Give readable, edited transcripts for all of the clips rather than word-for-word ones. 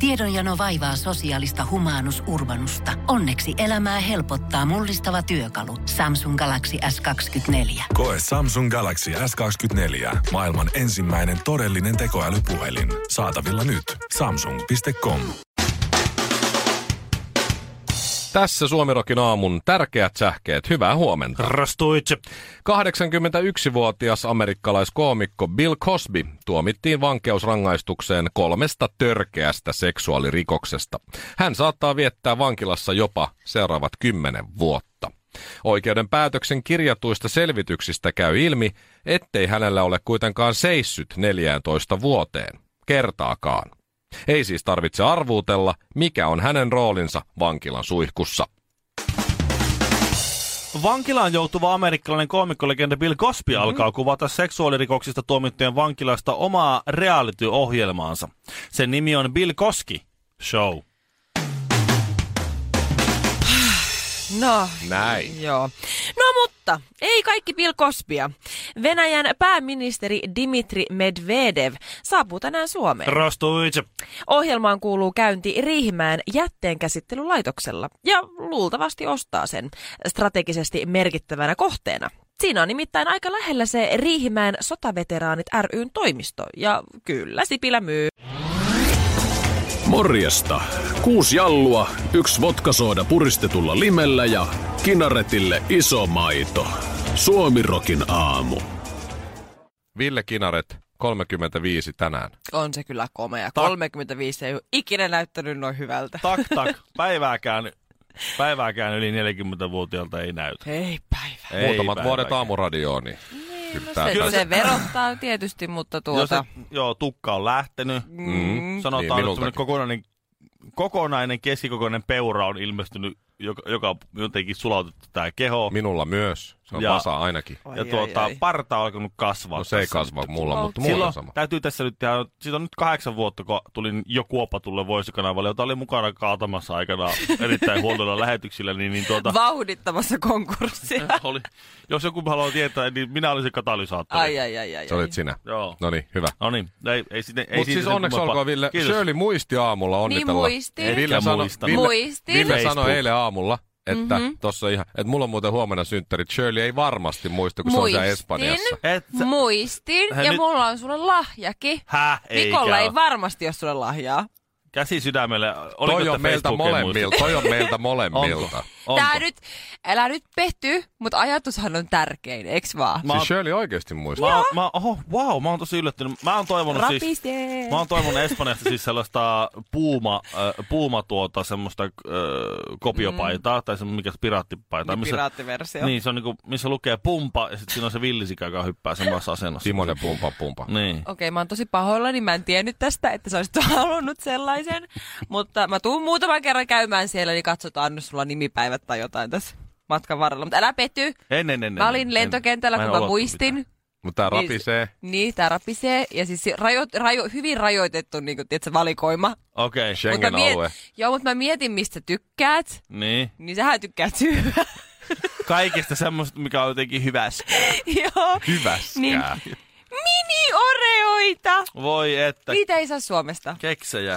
Tiedonjano vaivaa sosiaalista humanus urbanusta. Onneksi elämää helpottaa mullistava työkalu. Samsung Galaxy S24. Koe Samsung Galaxy S24. Maailman ensimmäinen todellinen tekoälypuhelin. Saatavilla nyt. Samsung.com. Tässä Suomirokin aamun tärkeät sähkeet. Hyvää huomenta. Rastuitse. 81-vuotias amerikkalaiskoomikko Bill Cosby tuomittiin vankeusrangaistukseen 3 törkeästä seksuaalirikoksesta. Hän saattaa viettää vankilassa jopa seuraavat 10 vuotta. Oikeuden päätöksen kirjatuista selvityksistä käy ilmi, ettei hänellä ole kuitenkaan seissyt 14 vuoteen. Kertaakaan. Ei siis tarvitse arvuutella, mikä on hänen roolinsa vankilan suihkussa. Vankilaan joutuva amerikkalainen koomikkolegenda Bill Cosby alkaa kuvata seksuaalirikoksista tuomittujen vankilasta omaa reality-ohjelmaansa. Sen nimi on Bill Cosby Show. No, näin. Joo. No mutta, ei kaikki Bill Cosbya. Venäjän pääministeri Dmitri Medvedev saapuu tänään Suomeen. Rastuitse. Ohjelmaan kuuluu käynti Riihimäen jätteenkäsittelylaitoksella ja luultavasti ostaa sen strategisesti merkittävänä kohteena. Siinä on nimittäin aika lähellä se Riihimäen sotaveteraanit ry:n toimisto ja kyllä Sipilä myy. Morjesta. 6 jallua, 1 vodkasooda puristetulla limellä ja Kinaretille iso maito. Suomirokin aamu. Ville Kinaret, 35 tänään. On se kyllä komea. 35 ei ole ikinä näyttänyt noin hyvältä. Tak. Päivääkään yli 40-vuotiaalta ei näytä. Ei päivää. Muutamat vuodet aamuradioon, niin se verottaa tietysti, mutta tukka on lähtenyt. Sanotaan, niin, että kokonainen keskikokoinen peura on ilmestynyt, joka jotenkin sulautettu tää keho. Minulla myös. Se on vasa ainakin. Parta on alkanut kasvaa. No se ei kasva mulla, mutta mulla on sama. Täytyy tässä nyt tehdä, siitä on nyt 8 vuotta, kun tulin jo Kuopatulle Voice-kanavalle, jota oli mukana kaatamassa aikana erittäin huolella lähetyksillä. Vauhdittamassa konkurssia. Oli. Jos joku haluaa tietää, niin minä olin se katalysaattori. Ai. Se olit sinä. Joo. Noniin, hyvä. Noniin. Mutta siis onneksi olkoon, Ville. Kiitos. Shirley muisti aamulla onnitella. Niin muistin. Ville sanoi eilen aamulla, että tossa ihan, että mulla on muuten huomenna synttärit. Shirley ei varmasti muista, kun se on siellä Espanjassa. Muistin, ja nyt mulla on sulle lahjakin. Mikolla ei varmasti ole sulle lahjaa. Käsi sydämelle. Toi on meiltä molemmilta. Älä nyt petty, mutta ajatushan on tärkein, eiks vaan? Siis Shirley oikeesti muistaa. Mä oon tosi yllättynyt. Mä oon toivonut Espanjasta siis sellaista puuma semmoista kopiopaitaa, tai semmoista mikä piraattipaita. Piraattiversio. Niin, se on niinku, missä lukee pumpa, ja sitten siinä on se villisika, joka hyppää samassa asennossa. Timonen pumpa. Niin. Okei, mä oon tosi pahoillani, mä en tiennyt tästä, että sä olisit halunnut sellaisen. Mutta mä tuun muutaman kerran käymään siellä, niin katsotaan, anna sulla nimipäivät tai jotain tässä matkan varrella. Mutta älä petty. Mä olin lentokentällä, kun mä muistin. Mutta tää rapisee. Niin, tää rapisee. Ja siis hyvin rajoitettu tiedätkö, valikoima. Okei. Schengen-alue. Joo, mutta mä mietin, mistä tykkäät. Niin sähän tykkäät syödä. Kaikesta semmoista, mikä on jotenkin hyväskää. Joo. Hyväskää. Niin, mini-oreoita. Voi että. Niitä ei saa Suomesta. Keksejä.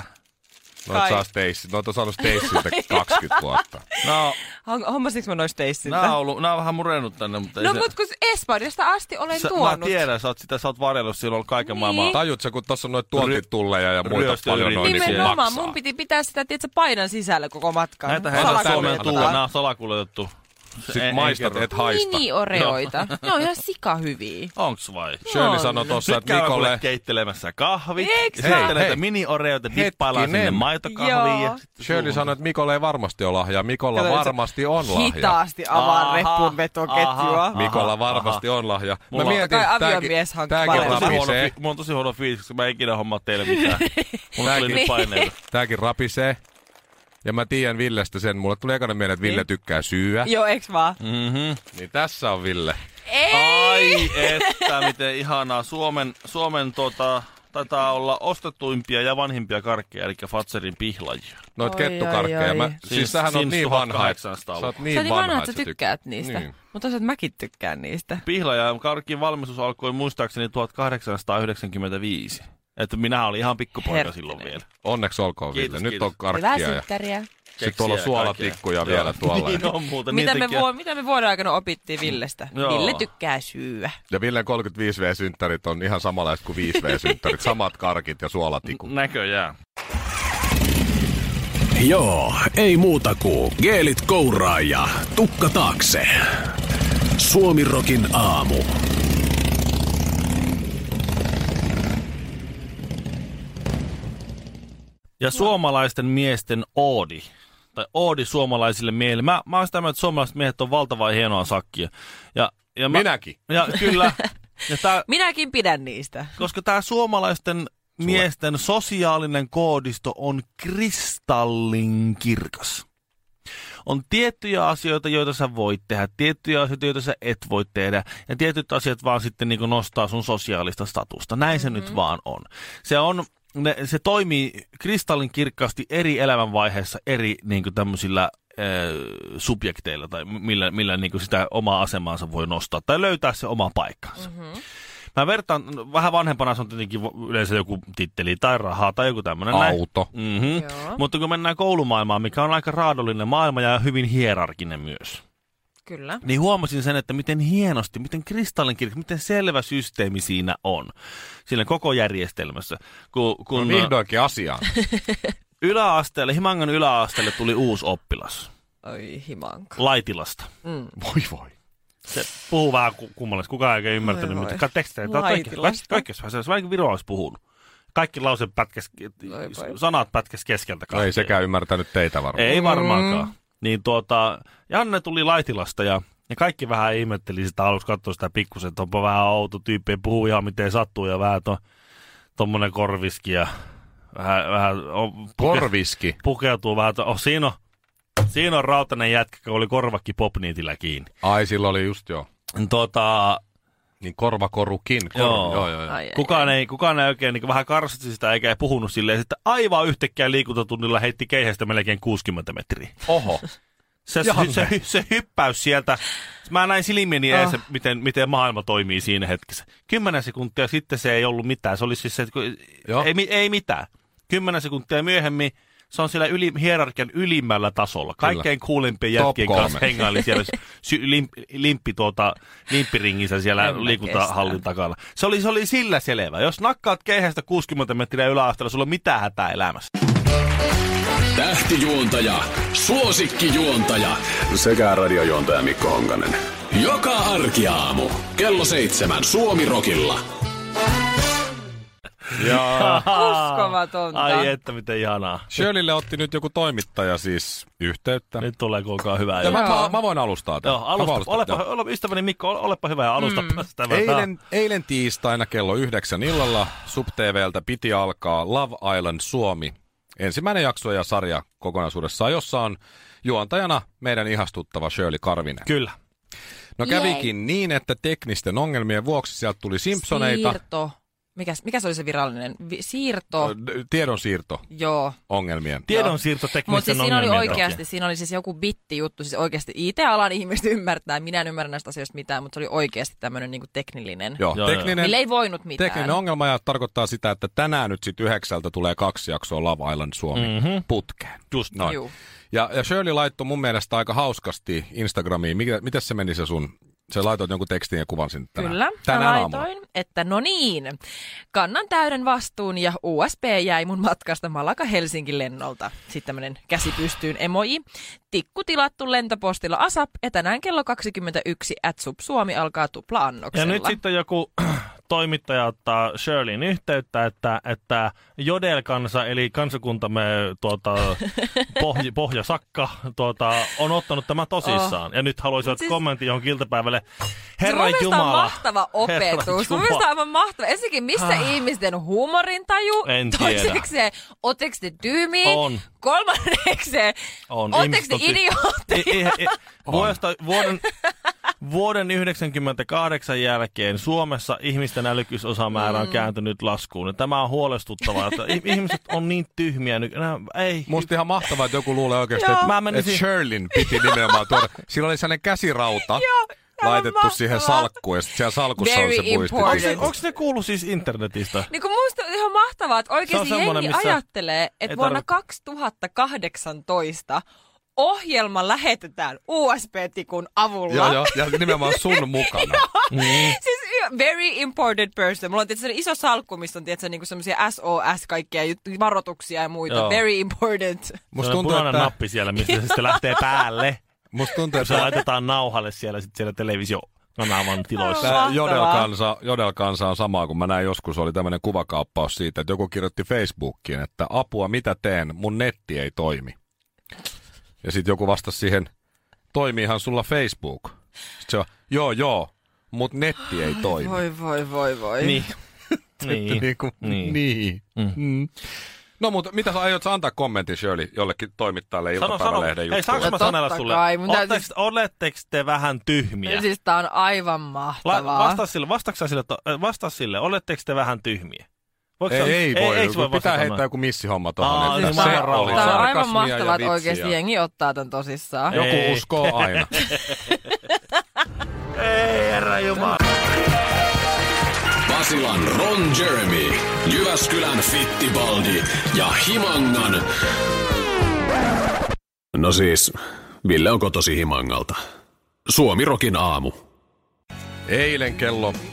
Noita saanut Stacyiltä 20 vuotta. No. Hommasitko mä noin Stacyiltä? Nää on vähän murennut tänne. Mutta mutta kun Espanjasta asti olen tuonut. Mä tiedän, sä oot varjellut silloin kaiken maailman. Tajut sä, kun tossa on noita tuontitulleja ja muita paljon noin, niin kuin maksaa. Mun piti pitää sitä, tietsä, painan sisällä koko matkan. Näitä Suomeen tulla, nää on salakuljetettu. Sitten maistat, et haista. Mini-oreoita. Ne on ihan sikahyviä. Onks vai? Shirley sanoi tossa, että Nikolle... Nyt keittelemässä kahvit. Eiks ja sitten näitä mini-oreoita dippaillaan sinne maitokahviin. Shirley sanoi, että Mikolle ei varmasti ole lahjaa. Mikolla varmasti on lahja. Hitaasti avaa reppunvetoketjua. Mikolla varmasti on lahja. Mä mietin, tääkin rapisee. Mulla on tosi huono fiilis, koska mä en ikinä hommaa teille mitään. Mulla tuli nyt paineita. Tääkin rapisee. Ja mä tiedän Villestä sen. Mulle tuli ekana mieleen, että Ville tykkää syyä. Joo, eiks vaan? Niin tässä on Ville. Ei! Ai että, miten ihanaa. Suomen taitaa olla ostettuimpia ja vanhimpia karkkeja, eli Fatserin pihlajia. Noit kettukarkkeja. Siis sähän on niin vanha, että sä oot niin vanha, että sä tykkäät niistä. Niin. Mutta tosiaan mäkin tykkään niistä. Pihlaja karkin valmistus alkoi muistaakseni 1895. Että minä olin ihan pikkupoika silloin vielä. Onneksi olkoon, Ville. Nyt on karkkia. Hyvää synttäriä. Sitten tuolla on suolatikkuja vielä tuolla. Niin on muuten. Mitä me vuoden aikana opittiin Villestä? Joo. Ville tykkää syyä. Ja Villen 35V-synttärit on ihan samanlaiset kuin 5V-synttärit. Samat karkit ja suolatikut. Näköjään. Joo, ei muuta kuin geelit kouraa ja tukka taakse. Suomirokin aamu. Ja suomalaisten miesten oodi. Tai oodi suomalaisille miehille. Mä oon sitä mieltä, että suomalaiset miehet on valtavan hienoa sakkia. Ja Minäkin. Ja kyllä. Ja Minäkin pidän niistä. koska tää suomalaisten miesten sosiaalinen koodisto on kristallinkirkas. On tiettyjä asioita, joita sä voit tehdä, tiettyjä asioita, joita sä et voi tehdä, ja tietyt asiat vaan sitten niin kuin nostaa sun sosiaalista statusta. Näin se nyt vaan on. Se toimii kristallinkirkkaasti eri elämänvaiheissa eri niin kuin tämmöisillä subjekteilla, tai millä niin kuin sitä omaa asemaansa voi nostaa, tai löytää se oma paikkansa. Mä vertaan, vähän vanhempana se on tietenkin yleensä joku titteli tai rahaa tai joku tämmöinen. Auto. Mutta kun mennään koulumaailmaan, mikä on aika raadollinen maailma ja hyvin hierarkinen myös. Kyllä. Niin huomasin sen, että miten hienosti, miten kristallinkirkka, miten selvä systeemi siinä on. Siinä koko järjestelmässä. Kun vihdoinkin asiaan. Himangan yläasteelle tuli uusi oppilas. Oi Himanka. Laitilasta. Voi. Se puhuu vähän kummallisesti. Kukaan ei ymmärtänyt, mutta tekstejä. Oikeastaan se on vähän kuin Viro olisi puhunut. Kaikki sanat pätkäs keskeltä. No ei sekään ymmärtänyt teitä varmaan. Ei varmaankaan. Niin Janne tuli Laitilasta ja kaikki vähän ihmetteli sitä aluksi, katsoi sitä pikkusen, että onpa vähän outo tyyppi, ei puhu ihan miten sattuu ja vähän tommonen korviski ja vähän korviski? Pukeutuu vähän, siinä on rautainen jätkä, kun oli korvakki popniitillä kiinni. Ai, silloin oli just joo. Niin korvakorukin. Joo. Kukaan ei oikein niin vähän karsasti sitä eikä puhunut silleen, että aivan yhtäkkiä liikuntatunnilla heitti keihästä melkein 60 metriä. Oho. Se hyppäys sieltä. Mä näin silmieni edessä, miten maailma toimii siinä hetkessä. 10 sekuntia sitten se ei ollut mitään. Se oli siis se, että ei mitään. 10 sekuntia myöhemmin se on siellä hierarkian ylimmällä tasolla. Kaikkein kuulimpien jätkien kanssa hengaili siellä limppiringissä siellä liikuntahallin takana. Se oli sillä selvä. Jos nakkaat keihästä 60 metriä yläasteella, sulla on mitään hätää elämässä. Tähtijuontaja, suosikkijuontaja sekä radiojuontaja Mikko Honkanen. Joka arkiaamu kello 7 Suomirokilla. Uskomatonta. Ai että miten ihanaa. Shirleylle otti nyt joku toimittaja siis yhteyttä. Nyt tulee kuulkaa hyvää. Mä voin alustaa tämän. Joo, ystäväni Mikko, olepa hyvä ja alusta sitä. Eilen tiistaina kello 9 illalla SubTVltä piti alkaa Love Island Suomi. Ensimmäinen jakso ja sarja kokonaisuudessaan, jossa on juontajana meidän ihastuttava Shirley Karvinen. Kyllä. No kävikin niin, että teknisten ongelmien vuoksi sieltä tuli Simpsoneita. Siirto. Mikä se oli se virallinen? Siirto. Tiedonsiirto. Joo. Ongelmien. Tiedonsiirto teknisten ongelmien. Mutta siinä oli oikeasti, siinä oli siis joku bittijuttu, siis oikeasti IT-alan ihmiset ymmärtää, minä en ymmärrä näistä asioista mitään, mutta se oli oikeasti tämmöinen niin kuin teknillinen. Joo, tekninen. Millä ei voinut mitään. Tekninen ongelma ja tarkoittaa sitä, että tänään nyt sitten 9 tulee 2 jaksoa Love Island Suomi putkeen. Just noin. Juu. Ja Shirley laittoi mun mielestä aika hauskasti Instagramiin. Miten se meni se sun? Se laitoit jonkun tekstin ja kuvan sinne tänään. Kyllä, tänään laitoin, että no niin, kannan täyden vastuun ja USB jäi mun matkasta Malaka-Helsinki lennolta. Sitten tämmönen käsi pystyyn emoji. Tikku tilattu lentopostilla ASAP ja tänään kello 21 @SubSuomi alkaa tupla-annoksella. Ja nyt sitten joku toimittaja ottaa Shirleyin yhteyttä, että Jodel-kansa, eli kansakuntamme Pohjasakka, on ottanut tämän tosissaan. Ja nyt haluaisin siis kommentin johonkin iltapäivälle. Herran Jumala. Mun mahtava opetus. Mun mielestä on aivan mahtava. Ensinnäkin, missä ihmisten huumorintaju? En tiedä. Toisekseen, ootteko te tyymiä? On. Kolmannekseen, ootteko te idiootteja? Vuoden 1998 jälkeen Suomessa ihmisten älykkyysosamäärä on kääntynyt laskuun. Ja tämä on huolestuttavaa, että ihmiset on niin tyhmiä. Ei. Musta ihan mahtavaa, että joku luulee oikeasti, että Shirleyn piti nimenomaan tuoda. Sillä oli sellainen käsirauta. laitettu siihen salkkuun ja sitten siellä salkussa on se muistitikku. Onko ne kuulu siis internetistä? Niin kuin musta on ihan mahtavaa, että oikeasti jengi missä ajattelee, että vuonna 2018 ohjelma lähetetään USB-tikun avulla. Joo, ja nimenomaan sun mukana. Siis very important person. Mulla on tietysti iso salkku, missä on niinku semmoisia SOS, kaikkia varoituksia ja muita. Joo. Very important. Musta tuntuu, punainen nappi siellä, mistä se sitten lähtee päälle. Musta tuntuu, että se laitetaan nauhalle siellä televisiokanavan tiloissa. Tämä Jodel-kansa on samaa, kun mä näin joskus, oli tämmöinen kuvakaappaus siitä, että joku kirjoitti Facebookiin, että apua, mitä teen, mun netti ei toimi. Ja sitten joku vastasi siihen, toimiihan sulla Facebook. Sitten se on, joo, mut netti ei toimi. Voi. Niin. Niin. No mutta mitä sä aiot antaa kommentin, Shirley, jollekin toimittajalle iltapäivälehden juttuun? Hei, saanko mä sanella sulle? Oletteko te vähän tyhmiä? Siis tää on aivan mahtavaa. Vastaa sille, oletteko te vähän tyhmiä? Ei voi pitää heittää joku missihomma tuohon. Tämä on aivan mahtavaa, että oikeasti jengi ottaa tän tosissaan. Joku uskoo aina. Ei, herra jumala. Basilan Ron Jeremy, Jyväskylän Fittibaldi ja Himangan... No siis, Ville on kotosi Himangalta. Suomi-rokin aamu. Eilen kello 8.50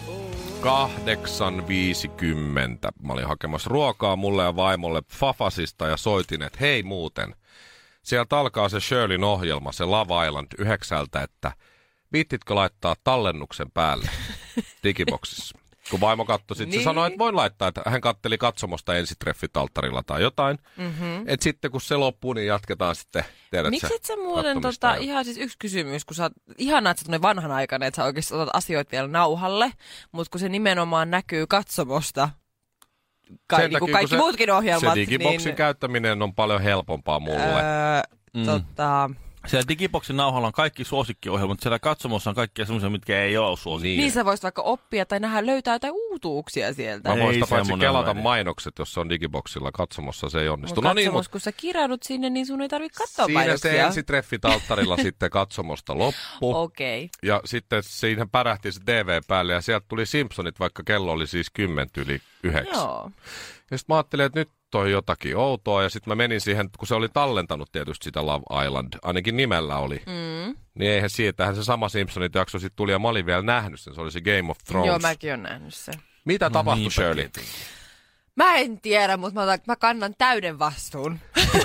mä olin hakemassa ruokaa mulle ja vaimolle Fafasista ja soitin, että hei muuten. Sieltä alkaa se Shirleyn ohjelma, se Love Island 9, että viittitkö laittaa tallennuksen päälle digiboksissa? Kun vaimo katsoi, sitten se sanoi, että voin laittaa, että hän katteli katsomosta ensitreffitalttarilla tai jotain. Että sitten kun se loppuu, niin jatketaan sitten, tiedätkö? Miksi et sä muuten, ihan siis yksi kysymys, kun sä oot ihanaa, että sä oot vanhanaikainen, että sä oikeasti otat asioita vielä nauhalle, mutta kun se nimenomaan näkyy katsomosta, kaikki muutkin ohjelmat. Se digiboksin käyttäminen on paljon helpompaa mulle. Siellä digiboksin nauhalla on kaikki suosikkiohjelmat, siellä katsomossa on kaikkia semmoisia, mitkä ei ole suosikki. Niin sä voisit vaikka oppia tai löytää jotain uutuuksia sieltä. Mä voin paitsi kelata mainokset, jos se on digiboksilla. Katsomossa se ei onnistu. No katsomus, kun sä kirjaudut sinne, niin sun ei tarvitse katsoa mainoksia. Siinä se ensitreffitalttarilla sitten katsomosta loppu. Okei. Ja sitten siinä pärähti se TV päälle ja sieltä tuli Simpsonit, vaikka kello oli siis 10:10. Joo. Ja sitten mä ajattelin, että nyt toi jotakin outoa, ja sitten mä menin siihen, kun se oli tallentanut tietysti sitä Love Island, ainakin nimellä oli, niin eihän siitähän se sama Simpsonit jakso sitten tuli, ja mä olin vielä nähnyt sen, se oli se Game of Thrones. Joo, mäkin olen nähnyt sen. Mitä tapahtui, Shirley? Mä en tiedä, mutta mä kannan täyden vastuun.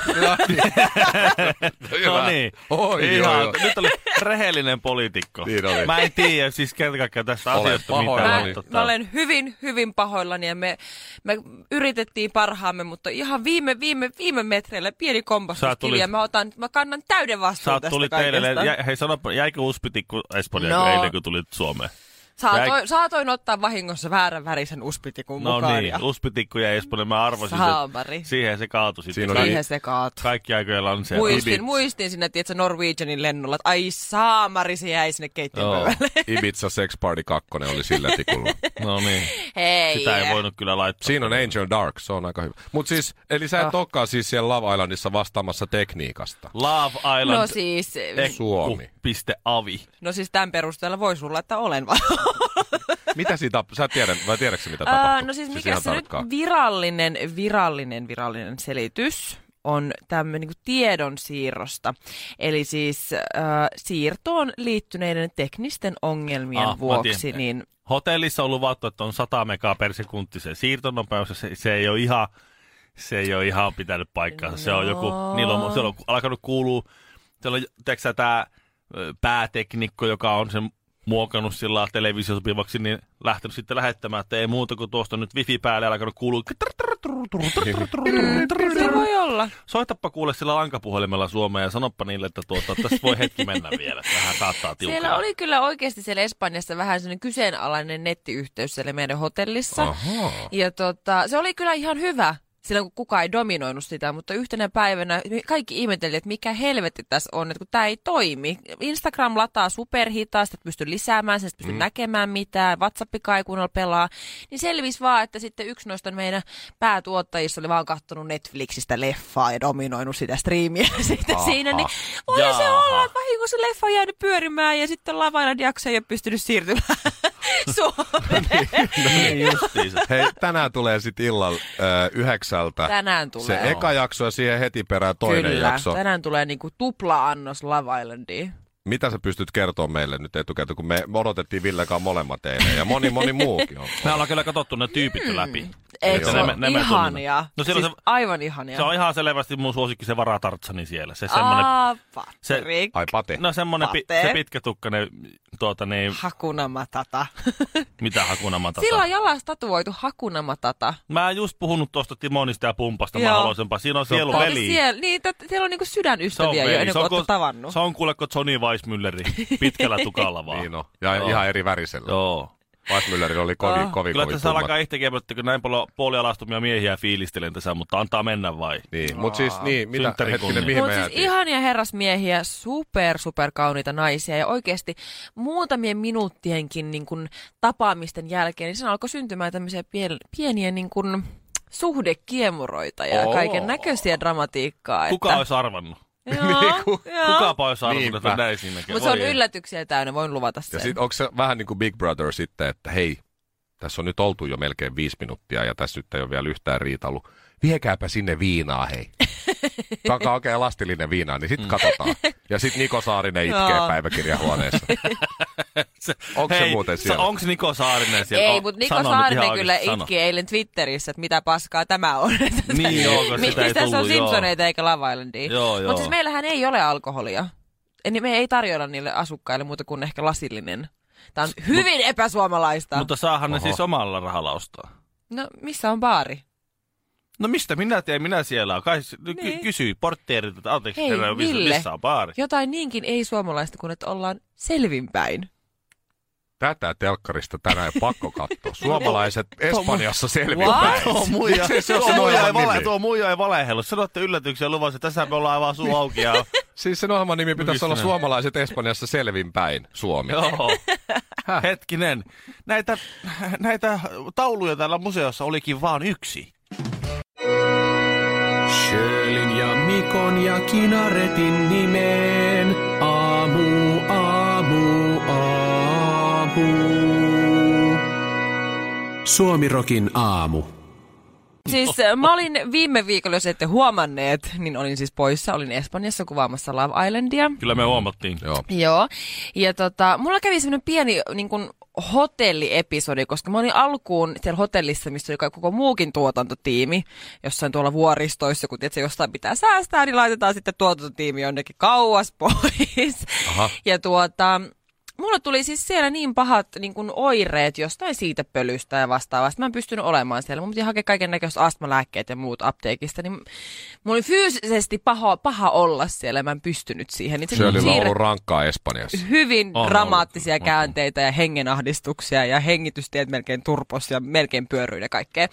No niin. Nyt oli rehellinen poliitikko. Niin oli. Mä en tiedä siis kertakaikkiaan tästä asiasta mitään. Mä olen hyvin pahoillani ja me yritettiin parhaamme, mutta ihan viime metreillä pieni kompastuskivi ja mä kannan täyden vastuun tästä kaikesta. Hei sanoppa, jäikö uspitikku Espanjaan eilen kun tulit Suomeen? Saatoin ottaa vahingossa väärän värisen uspitikun mukaan. No niin, uspitikku ja Espanjaan. Mä arvasin, että siihen se kaatui sitten. Siihen se kaatui. Kaikki aikojen lansia. Muistin sinne, tietsä, Norwegianin lennolla, että ai saamari, se jäi sinne keittiönpöydälle. Ibiza Sex Party 2 oli sillä tikulla. No niin. Hei. Sitä ei voinut kyllä laittaa. Siinä on Angel Dark, se on aika hyvä. Mutta siis, eli sä et olekaan siis siellä Love Islandissa vastaamassa tekniikasta. Love Island. No siis... Suomi. .avi. No siis tämän perusteella voisi luulla, että olen Mitä siitä, sä tiedätkö mitä tapahtuu? No siis mikä se nyt virallinen selitys on tämmöinen niin kuin tiedonsiirrosta. Eli siis siirtoon liittyneiden teknisten ongelmien vuoksi. Niin... Hotellissa on luvattu, että on 100 megaa per sekunti se siirtonopeus. Se ei ole ihan pitänyt paikkaa. No. Se on joku, se on alkanut kuulua, siellä on tämä pääteknikko, joka on sen muokannut sillä televisiosopivaksi, niin lähtenyt sitten lähettämään, että ei muuta kuin tuosta nyt wifi päälle ja alkanut kuulua. Se voi olla. Soitappa kuule sillä lankapuhelimella Suomeen ja sanoppa niille, että tästä voi hetki mennä vielä. Vähän saattaa tiukkaa. Siellä oli kyllä oikeasti siellä Espanjassa vähän sellainen kyseenalainen nettiyhteys siellä meidän hotellissa. Aha. Ja se oli kyllä ihan hyvä. silloin kun kukaan ei dominoinut sitä, mutta yhtenä päivänä kaikki ihmeteli, että mikä helvetti tässä on, että kun tämä ei toimi. Instagram lataa superhitaasti, että pystyy lisäämään sen, että pystyy näkemään mitään, WhatsApp-kaikunnalla pelaa, niin selvisi vaan, että sitten yksi noista meidän päätuottajista oli vaan katsonut Netflixistä leffaa ja dominoinut sitä striimiä sitten siinä, niin voi se olla, että vahingossa leffa on jäänyt pyörimään ja sitten Love jakso ei ole pystynyt siirtymään Suomeen. Niin justiinsa. Hei, tänään tulee sitten illalla 9. Tänään tulee. Se eka jakso ja siihen heti perään toinen jakso. Kyllä, tänään tulee niinku tupla-annos Love Islandia. Mitä sä pystyt kertomaan meille nyt etukäteen, kun me odotettiin Villekaan molemmat eilen ja moni muukin on. Me ollaan kyllä katsottu ne tyypit läpi. Eikö se ole ihania? No siis se, aivan ihania. Se on ihan selvästi mun suosikki se Varatartsani siellä. Se semmonen, Patrik. Ai Pate. No semmonen se pitkätukkainen Hakuna Matata. Mitä Hakuna Matata? Sillä on jalas tatuoitu Hakuna Matata. Mä en just puhunut tuosta Timonista ja Pumpasta mahdollisempaa. Siinä on sieluveli. Niin, siellä on niinku sydänystäviä jo ennen kuin olette tavannut. Se on kuuleko Johnny Weissmülleri pitkällä tukalla vaan. Niin on. Ja ihan eri värisellä. Joo. Weissmüllerillä oli kovin kyllä tässä alkaa ihtäkin, kun näin paljon puolialastumia miehiä fiilistelen tässä, mutta antaa mennä vai? Niin, mutta siis mitä hetkinen, mihin me jäätiin? Siis ihania herrasmiehiä, super kauniita naisia ja oikeasti muutamien minuuttienkin niin kun, tapaamisten jälkeen, niin siinä alkoi syntymään tämmöisiä pieniä niin kun, suhdekiemuroita ja kaiken näköisiä dramatiikkaa. Kuka olisi arvannut? Kukapa olisi arvannut, että näin siinäkin. Mutta se on yllätyksiä täynnä, voin luvata sen. Ja sitten onko se vähän niin kuin Big Brother sitten, että hei, tässä on nyt oltu jo melkein 5 minuuttia ja tässä nyt ei ole vielä yhtään riitailu. Viekääpä sinne viinaa, hei. Takaa oikein lastillinen viinaa, niin sitten katsotaan. Ja sitten Niko Saarinen itkee päiväkirjahuoneessa. Onko se muuten siellä? Onko Niko Saarinen siellä? Ei, mutta Niko Saarinen kyllä itki eilen Twitterissä, että mitä paskaa tämä on. Niin joo, kun sitä ei tullut. Mistä se on Simpsoneita eikä Love Islandia. Mutta siis meillähän ei ole alkoholia. Me ei tarjolla niille asukkaille muuta kuin ehkä lasillinen. Tämä on hyvin epäsuomalaista. Mutta saahan ne siis omalla rahalla ostaa. No, missä on baari? No mistä minä teen, minä siellä on. Kai kysyi portteerilta, että anteeksi, missä on baari. Jotain niinkin ei suomalaista, kun että ollaan selvinpäin. Tätä telkkarista tänään pakko katsoa. Suomalaiset Espanjassa selvinpäin. Tuo muija ei valehellut. Sanoitte yllätyksiä luvassa, että tässä me ollaan aivan suu auki. Ja... Siis sen ohjelman nimi pitäisi olla Suomalaiset Espanjassa selvinpäin Suomi. Joo. Hetkinen. Näitä tauluja täällä museossa olikin vaan yksi. Sjölin ja Mikon ja Kinaretin nimeen. Aamu. Suomirokin aamu. Siis mä olin viime viikolla, jos ette huomanneet, niin olin siis poissa. Olin Espanjassa kuvaamassa Love Islandia. Kyllä me huomattiin. Joo. Ja mulla kävi semmoinen pieni niin kuin hotelliepisodi, koska mä olin alkuun siellä hotellissa, missä oli koko muukin tuotantotiimi, jossain tuolla vuoristoissa, kun tiedätkö, jostain pitää säästää, niin laitetaan sitten tuotantotiimi jonnekin kauas pois. Aha. Ja mulla tuli siis siellä niin pahat niin kuin oireet jostain siitä pölystä ja vastaavasta. Mä en pystynyt olemaan siellä. Mun piti hakea kaiken näköistä astmalääkkeet ja muut apteekista. Niin mulla oli fyysisesti paha olla siellä ja mä en pystynyt siihen. Niin Shirleyllä on ollut rankkaa Espanjassa. Hyvin dramaattisia käänteitä ja hengenahdistuksia ja hengitystiet melkein turpos ja melkein pyöryin ja kaikkea.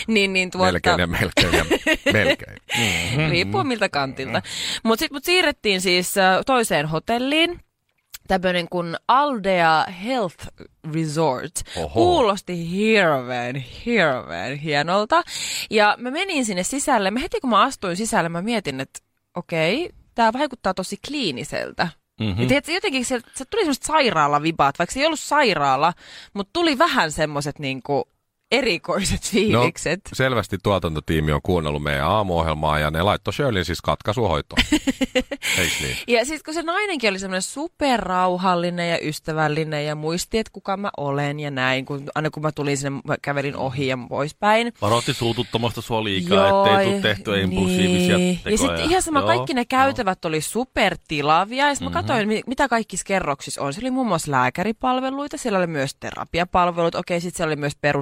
Melkein. Riippuu miltä kantilta. Mutta sitten mut siirrettiin siis toiseen hotelliin. Tämmöinen kuin Aldea Health Resort. Oho. Kuulosti hirveän hienolta. Ja mä menin sinne sisälle. Heti kun mä astuin sisälle, mä mietin, että okei, tää vaikuttaa tosi kliiniseltä. Mm-hmm. Ja tiedätkö, jotenkin se tuli semmoiset sairaalavibaat, vaikka se ei ollut sairaala, mutta tuli vähän semmoiset niinku erikoiset fiilikset. No, selvästi tuotantotiimi on kuunnellut meidän aamuohjelmaa ja ne laittoi Shirleyn siis katkaisuhoitoon. Eiks niin? Ja sitten kun se nainenkin oli semmoinen superrauhallinen ja ystävällinen ja muisti, että kuka mä olen ja näin, aina kun mä tulin sinne, mä kävelin ohi ja poispäin. Varoitti suututtamasta sua liikaa, ettei tule tehtyä impulsiivisia tekoja. Ja sitten ihan sama, kaikki ne käytävät oli supertilavia ja sitten mä katsoin, mitä kaikissa kerroksissa on. Se oli muun muassa lääkäripalveluita, siellä oli myös terapiapalveluita, okei, sitten siellä oli myös peruspaa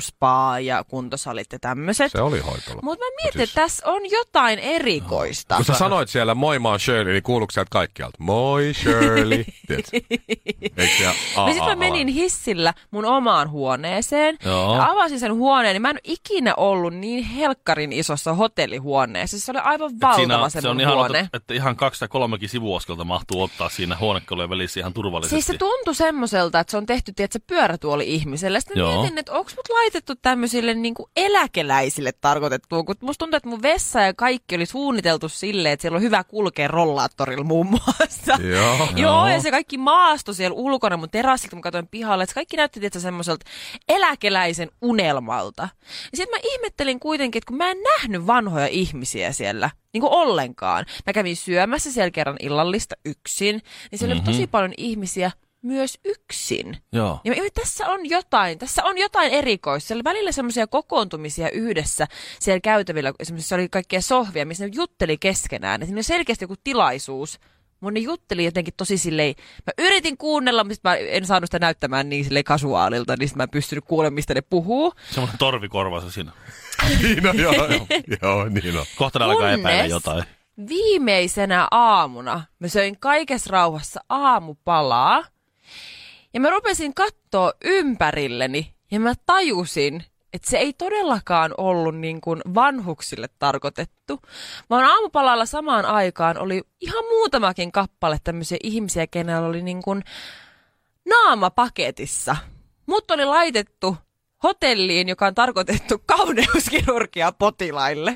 spa ja kuntosalit ja tämmöiset. Se oli hoitola. Mutta mä mietin, että tässä on jotain erikoista. Kun sä sanoit siellä, moi mä oon Shirley, niin kuuluuko sieltä kaikkialta? Moi Shirley. No sit mä menin hissillä mun omaan huoneeseen. Joo. Ja avasin sen huoneen, niin mä en ole ikinä ollut niin helkkarin isossa hotellihuoneessa. Se oli aivan valtava se mun huone. Että ihan 2 tai 3 sivuaskelta mahtuu ottaa siinä huonekalujen välissä ihan turvallisesti. Siis se tuntui semmoiselta, että se on tehty, tiedätkö, pyörätuoli ihmiselle. Sitten mietin, että onko mut laitettu tämmöisille niinku eläkeläisille tarkoitettua, kun musta tuntuu, että mun vessa ja kaikki oli suunniteltu silleen, että siellä on hyvä kulkea rollaattorilla muun muassa. Joo, ja se kaikki maasto siellä ulkona mun terassilta, kun mä katsoin pihalle, että se kaikki näytti tietysti semmoiselta eläkeläisen unelmalta. Ja sitten mä ihmettelin kuitenkin, että kun mä en nähnyt vanhoja ihmisiä siellä niin kuin ollenkaan. Mä kävin syömässä siellä kerran illallista yksin, niin siellä oli tosi paljon ihmisiä myös yksin. Joo. Ja tässä on jotain erikoista. Siellä oli välillä semmoisia kokoontumisia yhdessä siellä käytävillä, esimerkiksi oli kaikkia sohvia, missä ne jutteli keskenään. Siinä on selkeästi joku tilaisuus. Mun ne jutteli jotenkin tosi silleen, mä yritin kuunnella, mistä mä en saanut sitä näyttämään niin silleen kasuaalilta, niin mä en pystynyt kuulemaan, mistä ne puhuu. Semmoinen torvikorvaus siinä. Niin on, joo, niin on. Kohta ne alkaa epäillä jotain. Viimeisenä aamuna mä söin kaikessa rauhassa aamupalaa ja mä rupesin katsoa ympärilleni ja mä tajusin, että se ei todellakaan ollut niin kuin vanhuksille tarkoitettu, vaan aamupalalla samaan aikaan oli ihan muutamakin kappale tämmöisiä ihmisiä, kenellä oli niin kuin naama paketissa. Mut oli laitettu hotelliin, joka on tarkoitettu kauneuskirurgia potilaille.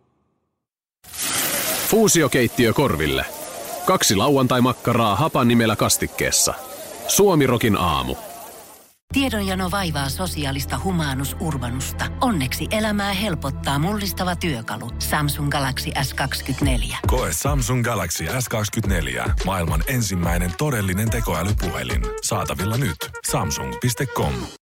Fuusiokeittiö korville. 2 lauantai-makkaraa hapan nimellä kastikkeessa. Suomirokin aamu. Tiedonjano vaivaa sosiaalista humanus urbanusta. Onneksi elämää helpottaa mullistava työkalu. Samsung Galaxy S24. Koe Samsung Galaxy S24. Maailman ensimmäinen todellinen tekoälypuhelin. Saatavilla nyt. Samsung.com.